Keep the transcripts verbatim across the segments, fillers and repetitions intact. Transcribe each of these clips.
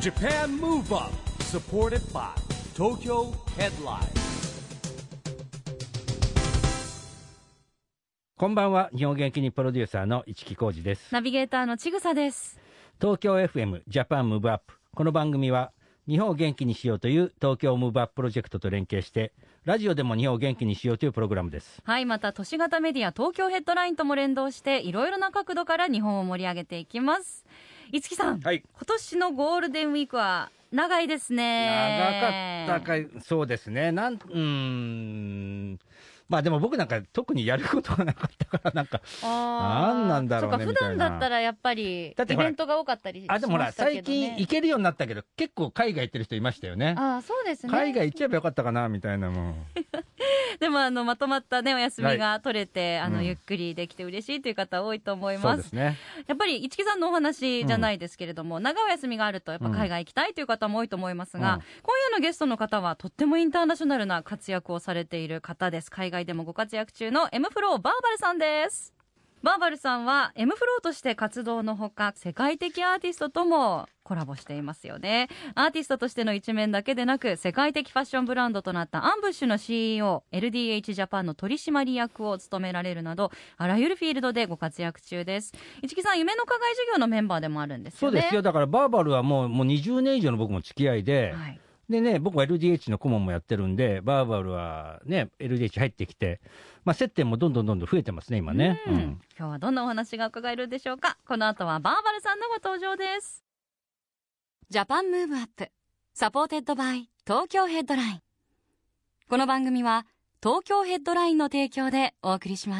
Japan Move Up supported by Tokyo Headline。 こんばんは。日本元気にプロデューサーの市木浩司です。 ナビゲーターのちぐさです。 東京 エフエム ジャパンムーブアップ。この番組は日本を元気にしようという東京ムーブアッププロジェクトと連携してラジオでも日本を元気にしようというプログラムです。 はい、また都市型メディア東京ヘッドラインとも連動していろいろな角度から日本を盛り上げていきます。五木さん、 はい、 今年のゴールデンウィークは長いですね。 長かったか。そうですね。なんうーんまあでも僕なんか特にやることがなかったからなんかなんなんだろうねみたいな。 そうか、普段だったらやっぱりイベントが多かったりしましたけどね。 あでもほら最近行けるようになったけど結構海外行ってる人いましたよね。 あそうですね。 海外行っちゃえばよかったかなみたいなもんでもあのまとまったねお休みが取れて、はい、あの、うん、ゆっくりできて嬉しいという方多いと思います。 そうですね。 やっぱり市木さんのお話じゃないですけれども、うん、長いお休みがあるとやっぱ海外行きたいという方も多いと思いますが、うん、今夜のゲストの方はとってもインターナショナルな活躍をされている方です。海外でもご活躍中の エムフロー バーバルさんです。バーバルさんは エムフロー として活動のほか世界的アーティストともコラボしていますよね。アーティストとしての一面だけでなく世界的ファッションブランドとなったアンブッシュの シーイーオー エルディーエイチ ジャパンの取締役を務められるなどあらゆるフィールドでご活躍中です。市木さん、夢の課外授業のメンバーでもあるんですよね。 そうですよ。だからバーバルはもう、もうにじゅうねん以上の僕も付き合いで、はい、でね、僕は エルディーエイチ の顧問もやってるんでバーバルはね エルディーエイチ 入ってきて、まあ、接点もどんどんどんどん増えてますね今ね、 うんうん、今日はどんなお話が伺えるでしょうか。この後はバーバルさんのご登場です。ジャパンムーブアップサポーテッドバイ東京ヘッドライン。この番組は東京ヘッドラインの提供でお送りします。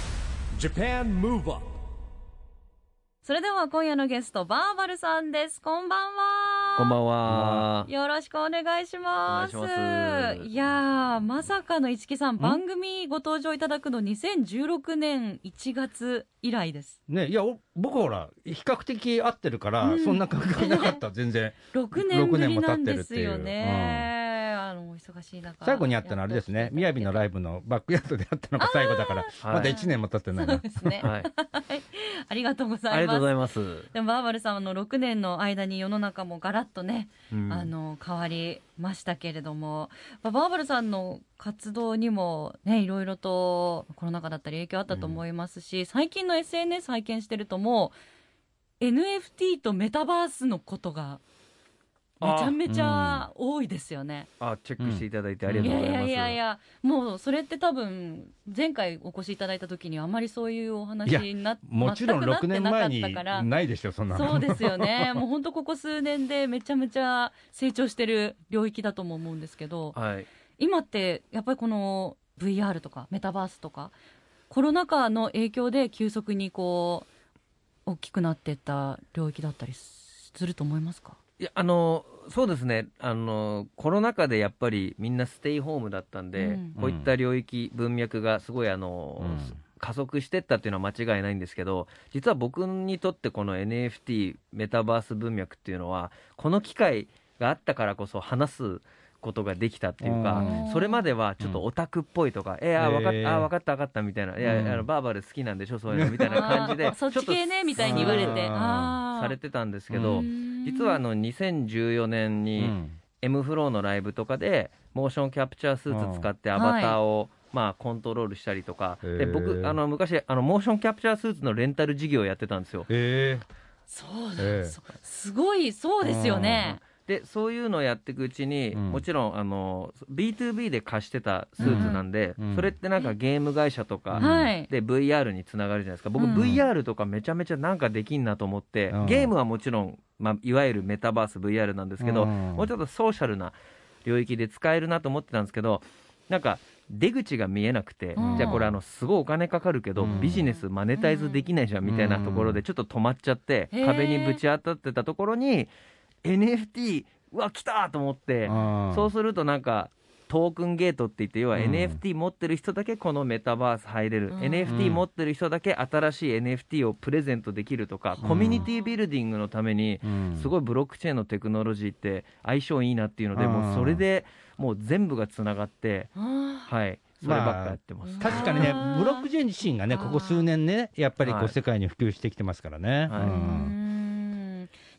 Japan Move Up。 それでは今夜のゲストバーバルさんです。こんばんは。 こんばんは。 よろしくお願いします。 お願いします。 いやーまさかの市木さん番組ご登場いただくのにせんじゅうろくねんいちがつ以来ですね。いや僕ほら比較的合ってるから、うん、そんな感覚なかった全然ろくねんぶりなんですよね。あのお忙しい中最後に会ったのあれですね、みやびのライブのバックヤードで会ったのが最後だからまだいちねんも経ってないな。 そうですね、はい、ありがとうございます。 ありがとうございます。 でもバーバルさんのろくねんの間に世の中もガラッとね、うん、あの変わりましたけれども、バーバルさんの活動にもねいろいろとコロナ禍だったり影響あったと思いますし、うん、最近の エスエヌエス 拝見してるともう エヌエフティー とメタバースのことがめちゃめちゃ多いですよね。 あ、チェックしていただいてありがとうございます。 いやいやいや、もうそれって多分前回お越しいただいた時にあまりそういうお話になもちろんろくねんまえにないでしょそんなの。 そうですよね。もう本当ここ数年でめちゃめちゃ成長してる領域だとも思うんですけど、はい、今ってやっぱりこの ブイアール とかメタバースとかコロナ禍の影響で急速にこう大きくなっていった領域だったりすると思いますか？ いやあのそうですね、あのコロナ禍でやっぱりみんなステイホームだったんで、うん、こういった領域文脈がすごいあの、うん、加速していったっていうのは間違いないんですけど、実は僕にとってこの エヌエフティー メタバース文脈っていうのはこの機会があったからこそ話すことができたっていうか、それまではちょっとオタクっぽいとか、うん、えー、あ分かった、あ分かった分かったみたいな、いや、うん、あのバーバル好きなんでしょそういうのみたいな感じでそっち系ねみたいに言われてされてたんですけど、実はあのにせんじゅうよねんに エムフロー のライブとかでモーションキャプチャースーツ使ってアバターをまあコントロールしたりとか、で僕あの昔あのモーションキャプチャースーツのレンタル事業をやってたんですよ。 へー、 そうなんです、すごいそうですよね。 でそういうのをやっていくうちに、うん、もちろんあの ビーツービー で貸してたスーツなんで、うん、それってなんかゲーム会社とかで ブイアール につながるじゃないですか。僕、うん、ブイアール とかめちゃめちゃなんかできんなと思って、うん、ゲームはもちろん、まあ、いわゆるメタバース ブイアール なんですけど、うん、もうちょっとソーシャルな領域で使えるなと思ってたんですけど、なんか出口が見えなくて、うん、じゃあこれあのすごいお金かかるけど、うん、ビジネスマネタイズできないじゃんみたいなところでちょっと止まっちゃって、うん、壁にぶち当たってたところに エヌエフティーうわ来たと思って、そうするとなんかトークンゲートって言って、要は エヌエフティー 持ってる人だけこのメタバース入れる、うん、エヌエフティー 持ってる人だけ新しい エヌエフティー をプレゼントできるとか、うん、コミュニティビルディングのためにすごいブロックチェーンのテクノロジーって相性いいなっていうので、うん、もうそれでもう全部がつながって、うん、はいそればっかやってます、 まあ、確かにねブロックチェーン自身がねここ数年ねやっぱりこう世界に普及してきてますからね、はいはい、うん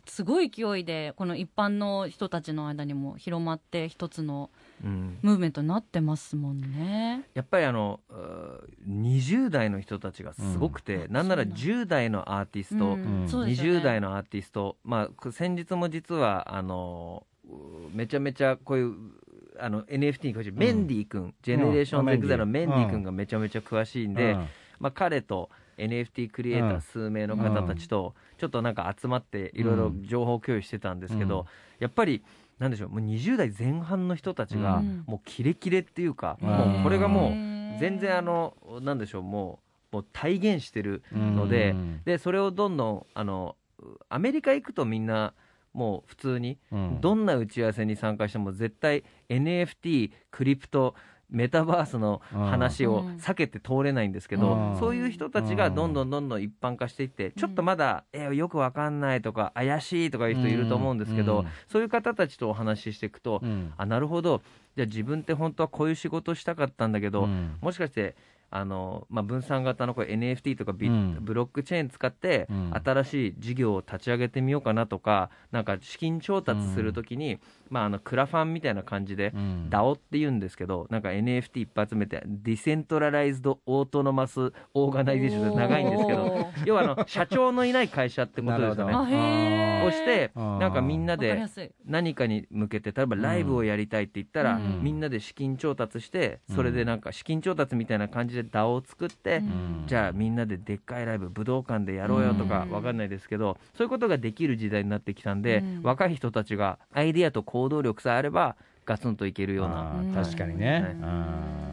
すごい勢いでこの一般の人たちの間にも広まって一つのムーブメントになってますもんね、うん、 やっぱりあのにじゅう代の人たちがすごくて、うん、なんならじゅう代のアーティスト、うん、にじゅう代のアーティスト、まあ、先日も実はあのめちゃめちゃこういうあの エヌエフティー に詳しいメンディー君、うん、ジェネレーションエグザイルのメンディー君がめちゃめちゃ詳しいんで、うんまあ、彼と エヌエフティー クリエイター数名の方たちとちょっとなんか集まっていろいろ情報共有してたんですけど、うん、やっぱりなんでしょう、もうにじゅう代前半の人たちがもうキレキレっていうか、うん、もうこれがもう全然あのなんでしょう、もう、もう体現してるので、うん、でそれをどんどんあのアメリカ行くとみんなもう普通にどんな打ち合わせに参加しても絶対 エヌエフティー クリプトメタバースの話を避けて通れないんですけど、うん、そういう人たちがどんどんどんどん一般化していって、うん、ちょっとまだ、えー、よくわかんないとか怪しいとかいう人いると思うんですけど、うん、そういう方たちとお話ししていくと、うん、あなるほど、じゃあ自分って本当はこういう仕事をしたかったんだけど、うん、もしかしてあのまあ、分散型のこれ エヌエフティー とかビ、うん、ブロックチェーン使って新しい事業を立ち上げてみようかなとか、なんか資金調達するときに、うんまあ、あのクラファンみたいな感じで、うん、ダオ って言うんですけど、なんか エヌエフティー 一発目てディセントラライズドオートノマスオーガナイゼーションで長いんですけど、要はあの社長のいない会社ってことですよね。をしてなんかみんなで何かに向けて例えばライブをやりたいって言ったら、うん、みんなで資金調達して、それでなんか資金調達みたいな感じでダオ を作って、うん、じゃあみんなででっかいライブ武道館でやろうよとかわかんないですけど、そういうことができる時代になってきたんで、うん、若い人たちがアイディアと行動力さえあればガツンといけるような。 確かにね、 うん、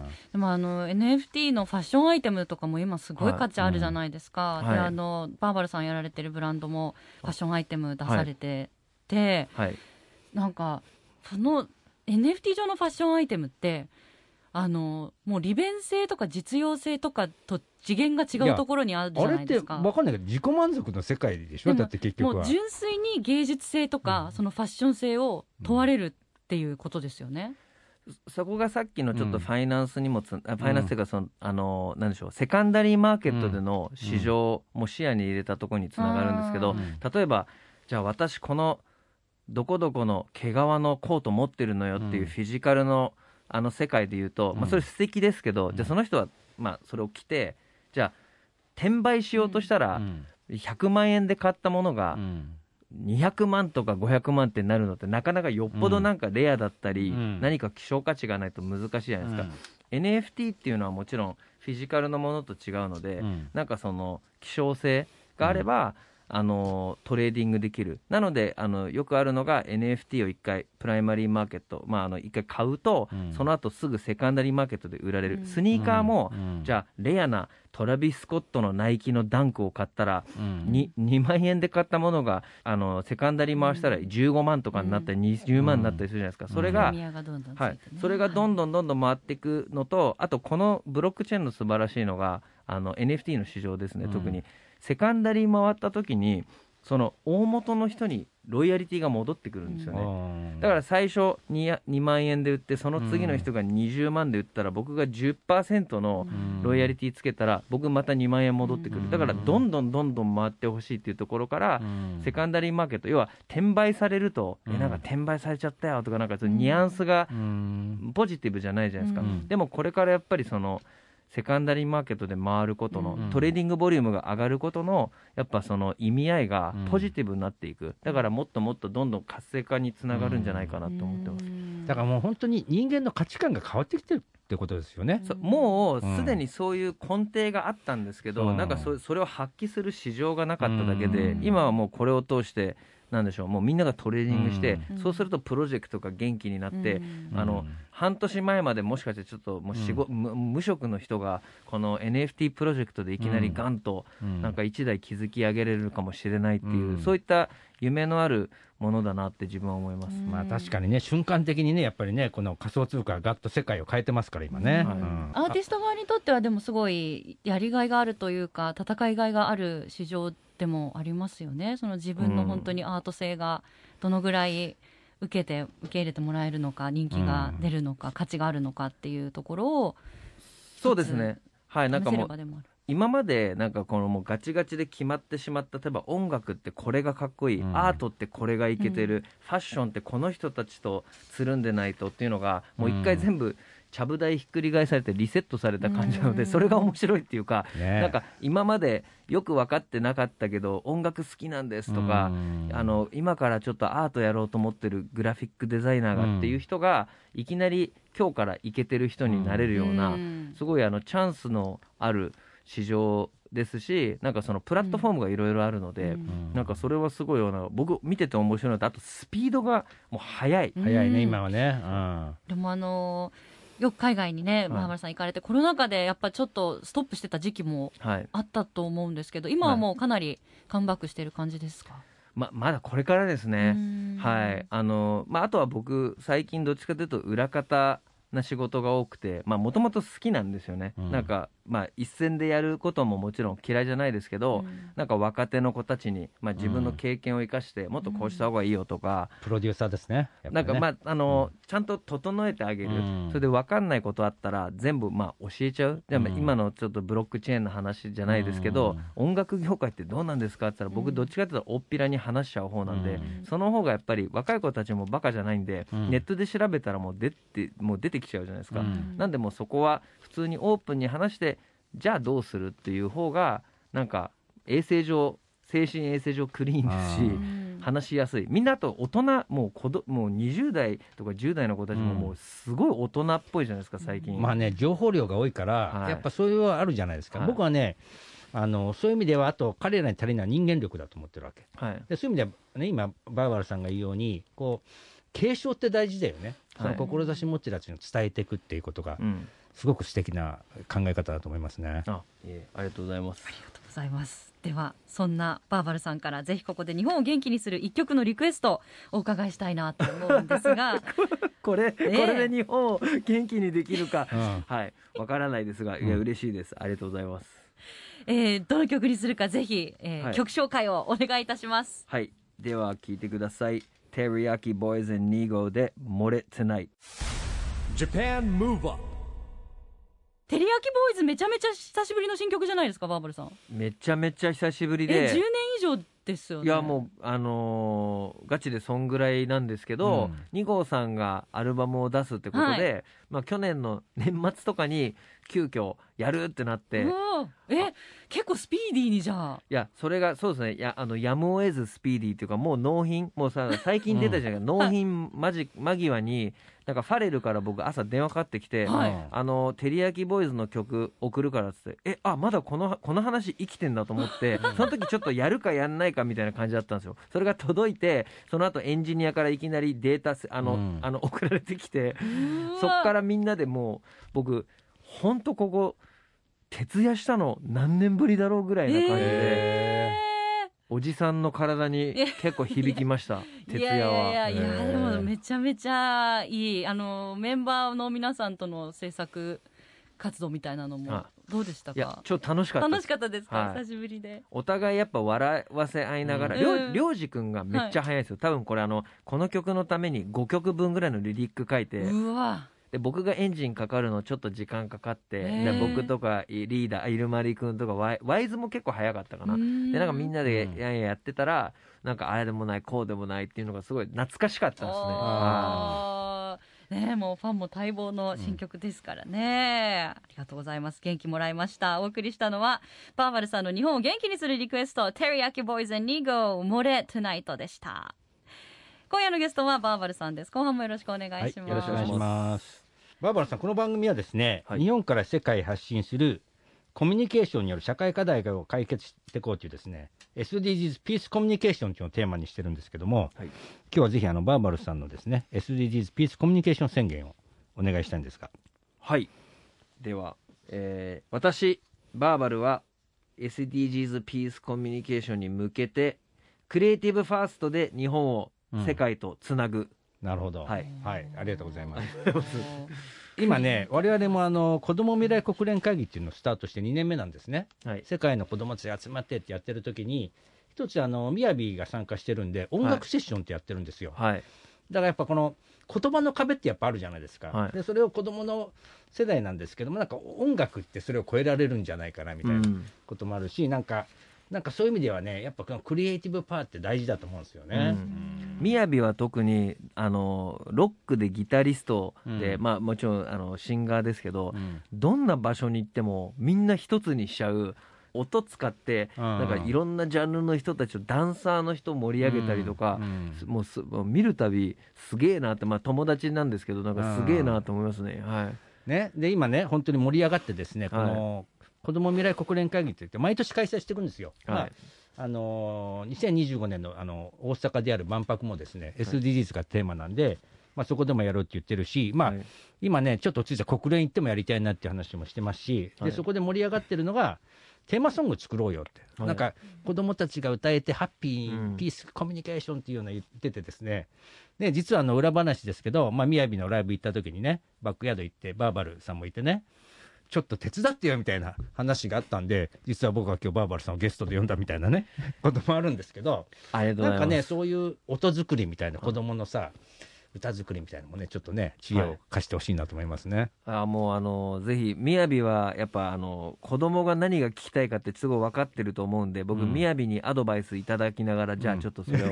でもあの エヌエフティー のファッションアイテムとかも今すごい価値あるじゃないですか、はい、であのバーバルさんやられてるブランドもファッションアイテム出されてて、はいはい、なんかその エヌエフティー 上のファッションアイテムってあのもう利便性とか実用性とかと次元が違うところにあるじゃないですか。 あれって分かんないけど自己満足の世界でしょ。だって結局はもう純粋に芸術性とか、うん、そのファッション性を問われるっていうことですよね、 うん、そこがさっきのちょっとファイナンスにもつ、うん、ファイナンスというかその、あのなんでしょう、セカンダリーマーケットでの市場も視野に入れたところにつながるんですけど、うん、例えばじゃあ私このどこどこの毛皮のコート持ってるのよっていうフィジカルのあの世界でいうと、まあ、それ素敵ですけど、うん、じゃあその人はまあそれを着てじゃあ転売しようとしたらひゃくまんえんで買ったものがにひゃくまんとかごひゃくまんってなるのってなかなかよっぽどなんかレアだったり、うん、何か希少価値がないと難しいじゃないですか、うん、エヌエフティー っていうのはもちろんフィジカルのものと違うので、うん、なんかその希少性があれば、うんあのトレーディングできる。なのであのよくあるのが エヌエフティー をいっかいプライマリーマーケット、まあ、あのいっかい買うと、うん、その後すぐセカンダリーマーケットで売られる、うん、スニーカーも、うん、じゃあレアなトラビス・スコットのナイキのダンクを買ったら、うん、ににまんえんで買ったものがあのセカンダリー回したらじゅうごまんとかになったり、うん、にじゅうまんになったりするじゃないですか、うん、それが、 うんはい、それがどんどんどんどん回っていくのと、あとこのブロックチェーンの素晴らしいのがあの エヌエフティー の市場ですね、うん、特にセカンダリー回った時にその大元の人にロイヤリティが戻ってくるんですよね、うん、だから最初 2, にまんえんで売ってその次の人がにじゅうまんで売ったら、僕が じゅっパーセント のロイヤリティつけたら僕またにまんえん戻ってくる、だからどんどんどんどん回ってほしいっていうところから、うん、セカンダリーマーケット、要は転売されると、うん、えなんか転売されちゃったよとか、なんかそのニュアンスがポジティブじゃないじゃないですか、うん、でもこれからやっぱりそのセカンダリーマーケットで回ることの、うん、トレーディングボリュームが上がることのやっぱその意味合いがポジティブになっていく、うん、だからもっともっとどんどん活性化につながるんじゃないかなと思ってます、うん、 だからもう本当に人間の価値観が変わってきてるってことですよね。 そもうすでにそういう根底があったんですけど、うん、なんか そ, それを発揮する市場がなかっただけで、うん、今はもうこれを通してなんでしょう、もうみんながトレーニングして、うん、そうするとプロジェクトが元気になって、うん、あの半年前までもしかしてちょっともう仕事、うん、無, 無職の人がこの エヌエフティー プロジェクトでいきなりガンとなんか一台築き上げれるかもしれないっていう、うん、そういった夢のあるものだなって自分は思います、 まあ、確かにね、瞬間的にねやっぱりねこの仮想通貨がガッと世界を変えてますから今ね、うんはいうん、 アーティスト側にとってはでもすごいやりがいがあるというか戦いがいがある市場でもありますよね。その自分の本当にアート性がどのぐらい受けて受け入れてもらえるのか、人気が出るのか、うん、価値があるのかっていうところをそうですね、はい、なんかもう今までなんかこのもうガチガチで決まってしまった、例えば音楽ってこれがかっこいい、うん、アートってこれがいけてる、うん、ファッションってこの人たちとつるんでないとっていうのがもう一回全部ちゃぶ台ひっくり返されてリセットされた感じなので、それが面白いっていうか、ね、なんか今までよく分かってなかったけど音楽好きなんですとか、あの今からちょっとアートやろうと思ってるグラフィックデザイナーがっていう人がいきなり今日からイケてる人になれるような、すごいあのチャンスのある市場ですし、なんかそのプラットフォームがいろいろあるので、うん、なんかそれはすごいような、僕見てて面白いのと、あとスピードがもう速い速いね今はね、うん、 でもあのーよく海外にね、マーマルさん行かれて、コロナ禍でやっぱちょっとストップしてた時期もあったと思うんですけど、今はもうかなりカムバックしている感じですか？ ま, まだこれからですね。はい。あの、まあ、あとは僕最近どっちかというと裏方な仕事が多くて、まあもともと好きなんですよね、うん、なんかまあ一線でやることももちろん嫌いじゃないですけど、うん、なんか若手の子たちに、まあ、自分の経験を生かしてもっとこうした方がいいよとか、 うん、プロデューサーです ね, ねなんかまああの、うん、ちゃんと整えてあげる、うん、それで分かんないことあったら全部まあ教えちゃう、でも今のちょっとブロックチェーンの話じゃないですけど、うん、音楽業界ってどうなんですかって言ったら、僕どっちかっていうと大っぴらに話しちゃう方なんで、うん、その方がやっぱり若い子たちもバカじゃないんで、うん、ネットで調べたらもう出て、もう出てきちゃうじゃないですか、うん、なんでもうそこは普通にオープンに話して、じゃあどうするっていう方がなんか衛生上、精神衛生上クリーンですし、話しやすい。みんなと大人、もう子どもうにじゅう代とかじゅう代の子たちももうすごい大人っぽいじゃないですか最近、 うん、まあね、情報量が多いから、はい、やっぱそういうのはあるじゃないですか、はい、僕はね、あのそういう意味ではあと彼らに足りない人間力だと思ってるわけ、はい、でそういう意味では、ね、今バーバラさんが言うようにこう継承って大事だよね、はい、その志持ちたちに伝えていくっていうことが、うん、すごく素敵な考え方だと思いますね。 あ、いえ、ありがとうございます。 ありがとうございます。ではそんなバーバルさんからぜひここで日本を元気にする一曲のリクエストをお伺いしたいなと思うんですがこれ、えー、これで日本を元気にできるか、うん、はいわからないですが、いや嬉しいです、ありがとうございます。 えー、どの曲にするかぜひ、えーはい、曲紹介をお願いいたします。 はい、では聴いてください。Teriyaki Boys and Nigo で More Tonight。 Japan Move Up。 テリヤキボーイズめちゃめちゃ久しぶりの新曲じゃないですか、バーバルさん。 めちゃめちゃ久しぶりで、 えじゅうねん以上ですよね。 いやもうあのー、ガチでそんぐらいなんですけど、うん、に号さんがアルバムを出すってことで、はい、まあ、去年の年末とかに急遽やるってなって、 え結構スピーディーにじゃあ。 いやそれがそうですね、いやあのやむを得ずスピーディーっていうか、もう納品、もうさ最近出たじゃないか、うん、納品間じ間際になんかファレルから僕朝電話かかってきて、はい、あのテリヤキボーイズの曲送るからっつって、えあまだこのこの話生きてんだと思ってその時ちょっとやるかやんないかみたいな感じだったんですよ。それが届いて、その後エンジニアからいきなりデータあの、うん、あの送られてきて、そっからみんなでもう僕ほんとここ徹夜したの何年ぶりだろうぐらいな感じで、えー、おじさんの体に結構響きました徹夜は。 いやいやいやいや、でもめちゃめちゃいい、あのメンバーの皆さんとの制作活動みたいなのもどうでしたか？ いやちょっと楽しかったです。 楽しかったですか、はい、久しぶりで。 お互いやっぱ笑わせ合いながら、りょうじくんがめっちゃ早いですよ、はい、多分これあのこの曲のためにごきょくぶんぐらいのリリック書いて、 うわで僕がエンジンかかるのちょっと時間かかって、で僕とかリーダーイルマリ君とかワイ、ワイズも結構早かったかな。でなんかみんなでやんややってたら、なんかあれでもないこうでもないっていうのがすごい懐かしかったですね。 あね、もうファンも待望の新曲ですからね、うん、ありがとうございます。元気もらいました。お送りしたのはバーバルさんの日本を元気にするリクエスト、テリヤキボーイズ and Nigo More Tonight でした。今夜のゲストはバーバルさんです。後半もよろしくお願いします。はい、よろしくお願いします。 バーバラさん、この番組はですね、はい、日本から世界へ発信するコミュニケーションによる社会課題を解決していこうというですね エスディージーズ ピースコミュニケーションというのをテーマにしてるんですけども、はい、今日はぜひあのバーバラさんのですね エスディージーズ ピースコミュニケーション宣言をお願いしたいんですが。 はい、では、えー、私バーバルは エスディージーズ ピースコミュニケーションに向けてクリエイティブファーストで日本を世界とつなぐ、うん、 なるほど、 はい、 はい、ありがとうございます今ね、我々もあの子ども未来国連会議っていうのをスタートしてにねんめなんですね、はい、世界の子どもたち集まってってやってる時に一つあのみやびが参加してるんで音楽セッションってやってるんですよ、はい、だからやっぱこの言葉の壁ってやっぱあるじゃないですか、はい、でそれを子どもの世代なんですけども、なんか音楽ってそれを超えられるんじゃないかなみたいなこともあるし、うん、なんかなんかそういう意味ではね、やっぱこのクリエイティブパワーって大事だと思うんですよね。 みやびは特にあのロックでギタリストで、うん、まあ、もちろんあのシンガーですけど、うん、どんな場所に行ってもみんな一つにしちゃう、音使ってなんかいろんなジャンルの人たちを、ダンサーの人を盛り上げたりとか、うんうん、もうすもう見るたびすげえなって、まあ、友達なんですけど、なんかすげえなと思いますね。はいね、で今ね本当に盛り上がってですね、この、はい、子ども未来国連会議といって毎年開催してるんですよ。はい、まああのー、にせんにじゅうごねん の, あの大阪である万博もですね、はい、エスディージーズ がテーマなんで、まあ、そこでもやろうって言ってるし、まあはい、今ねちょっとついて国連行ってもやりたいなっていう話もしてますし、はい、でそこで盛り上がってるのがテーマソング作ろうよって、はい、なんか子どもたちが歌えてハッピー、うん、ピースコミュニケーションっていうのを言っててですね、で実はあの裏話ですけど、まあ、みやびのライブ行った時にね、バックヤード行ってバーバルさんもいてね、ちょっと手伝ってよみたいな話があったんで、実は僕は今日バーバルさんをゲストで呼んだみたいなねこともあるんですけど、 ありがとうございます。 なんかねそういう音作りみたいな、子どものさ歌作りみたいなのもねちょっとね知恵を貸してほしいなと思いますね。 はい、あもうあのぜひみやびはやっぱあの子供が何が聞きたいかってすごい分かってると思うんで、僕みやびにアドバイスいただきながら、うん、じゃあちょっとそれを、うん、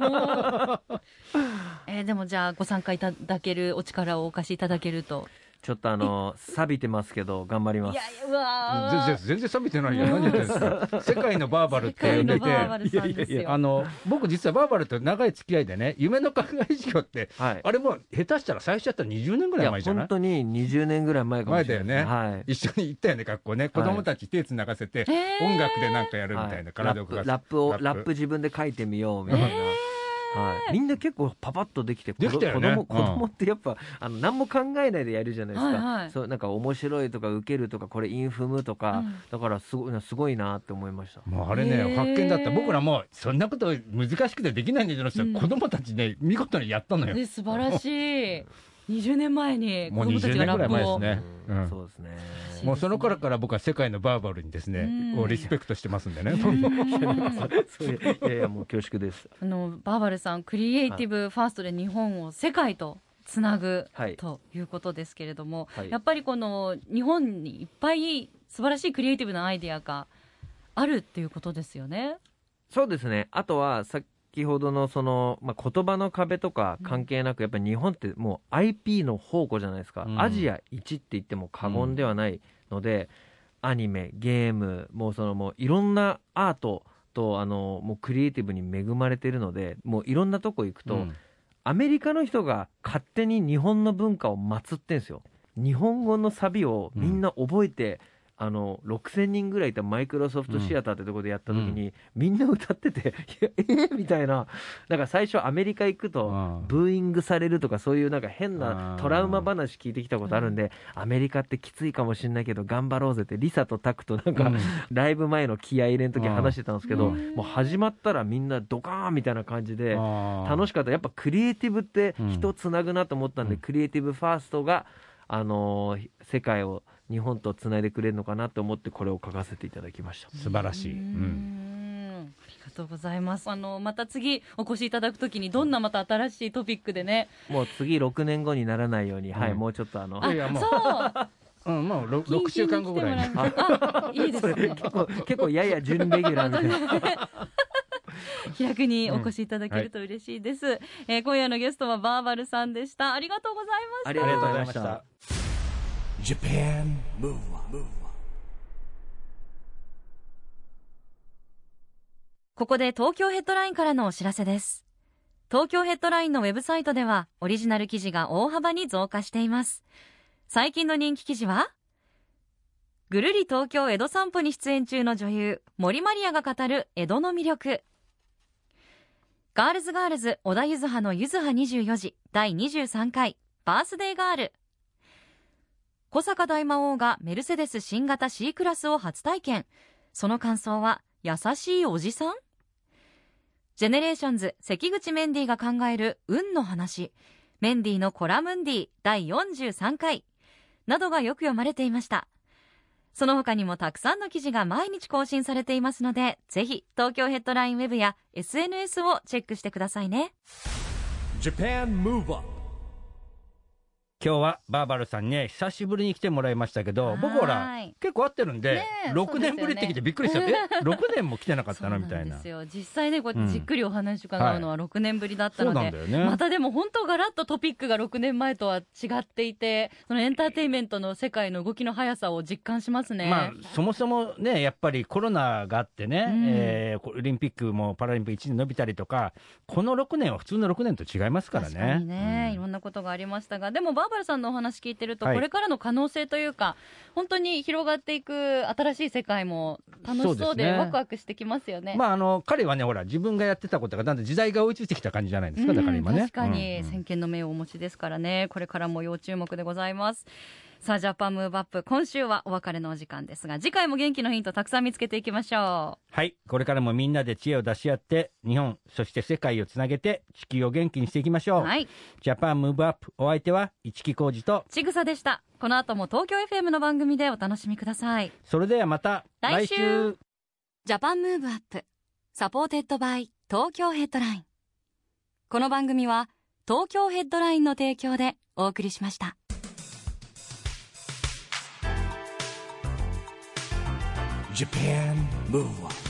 えー、でもじゃあご参加いただけるお力をお貸しいただけると。 ちょっとあの錆びてますけど頑張ります。 いやいやうわ全然全然錆びてないよ。何言ってるんですか。世界のバーバルって呼んでて、あの僕実はバーバルと長い付き合いでね、夢の考え事業って、はい、あれも下手したら最初やったらにじゅうねんぐらい前じゃない。 いや本当ににじゅうねんぐらい前かもしれない。 前だよね、はい、一緒に行ったよね学校ね、子供たち手つながせて、はい、音楽でなんかやるみたいな、はい、体を動かすラップをラップ自分で書いてみようみたいな、はい、みんな結構パパッとできて、 できたよね、 子供、子供ってやっぱあの何も考えないでやるじゃないですか、はいはい、そうなんか面白いとかウケるとかこれインフムとか、うん、だからすごいすごいなって思いました。 もうあれね発見だった。僕らもそんなこと難しくてできないんじゃないですか、うん、子供たちね見事にやったのよ。 素晴らしいにじゅうねんまえに子供たちがラップを、 もうにじゅうねんぐらい前ですね、うんうん、 そうですね。 もうその頃から僕は世界のバーバルにですね、うん、をリスペクトしてますんでね。 いやいやもう恐縮です。 あのバーバルさんクリエイティブファーストで日本を世界とつなぐ、はい、ということですけれども、はい、やっぱりこの日本にいっぱい素晴らしいクリエイティブなアイデアがあるっていうことですよね。 そうですね。あとはさ先ほどのその、まあ、言葉の壁とか関係なく、やっぱり日本ってもう アイピー の宝庫じゃないですか、うん、アジア一って言っても過言ではないので、うん、アニメゲームもうそのもういろんなアートとあのもうクリエイティブに恵まれているので、もういろんなとこ行くと、うん、アメリカの人が勝手に日本の文化を祀ってんですよ。日本語のサビをみんな覚えて、うんあのろくせんにんぐらいいたマイクロソフトシアターってとこでやった時に、うん、みんな歌っててえー、みたいな。だから最初アメリカ行くとブーイングされるとかそういうなんか変なトラウマ話聞いてきたことあるんで、アメリカってきついかもしれないけど頑張ろうぜってリサとタクとなんか、うん、ライブ前の気合い入れの時話してたんですけど、もう始まったらみんなドカーンみたいな感じで楽しかった。やっぱクリエイティブって人つなぐなと思ったんで、うん、クリエイティブファーストがあのー、世界を日本とつないでくれるのかなと思ってこれを書かせていただきました。 素晴らしい、うん、ありがとうございます。あのまた次お越しいただくときにどんなまた新しいトピックでね、 もう次ろくねんごにならないように、うん、はいもうちょっとあのあいやもうそううん、もう ろくしゅうかんごぐらいにあいいですね結構結構やや準レギュラーみたいな気楽にお越しいただけると嬉しいです、うんはいえー、今夜のゲストはバーバルさんでした。ありがとうございました。 ありがとうございました。 Japan Move Up。 ここで東京ヘッドラインからのお知らせです。東京ヘッドラインのウェブサイトではオリジナル記事が大幅に増加しています。最近の人気記事はぐるり東京江戸散歩に出演中の女優森マリアが語る江戸の魅力、ガールズガールズ小田柚葉の柚葉にじゅうよじだいにじゅうさんかいバースデーガール、小坂大魔王がメルセデス新型 C クラスを初体験、その感想は優しいおじさん、ジェネレーションズ関口メンディーが考える運の話、メンディーのコラムンディだいよんじゅうさんかいなどがよく読まれていました。その他にもたくさんの記事が毎日更新されていますので、ぜひ東京ヘッドラインウェブや エスエヌエス をチェックしてくださいね。 Japan Move Up 今日はバーバルさんね久しぶりに来てもらいましたけど、僕ほら結構会ってるんで、ね、ろくねんぶりって来てびっくりした、ね、えろくねんも来てなかったのみたいな。そうなんですよ、 実際ねこうやってじっくりお話伺うのはろくねんぶりだったので、うんはいね、またでも本当ガラッとトピックがろくねんまえとは違っていて、そのエンターテインメントの世界の動きの速さを実感しますね。 まあ、そもそもねやっぱりコロナがあってね、うんえー、オリンピックもパラリンピックいちねん伸びたりとか、このろくねんは普通のろくねんと違いますからね。 確かにね、うん、いろんなことがありましたが、でもバーバルさんのお話聞いてると、はい、これからの可能性というか本当に広がっていく新しい世界も楽しそうでワクワクしてきますよね。 まあ、あの彼はねほら自分がやってたことがだんだん時代が追いついてきた感じじゃないですか、うん、だから今ね確かに、うんうん、先見の目をお持ちですからね、これからも要注目でございます。さあジャパンムーブアップ、今週はお別れのお時間ですが、次回も元気のヒントたくさん見つけていきましょう。 はい、これからもみんなで知恵を出し合って日本そして世界をつなげて地球を元気にしていきましょう、はい、ジャパンムーブアップ、お相手は市木浩二とちぐさでした。この後も東京 エフエム の番組でお楽しみください。 それではまた来週。 来週ジャパンムーブアップサポーテッドバイ東京ヘッドライン。この番組は東京ヘッドラインの提供でお送りしました。 Japan Move Up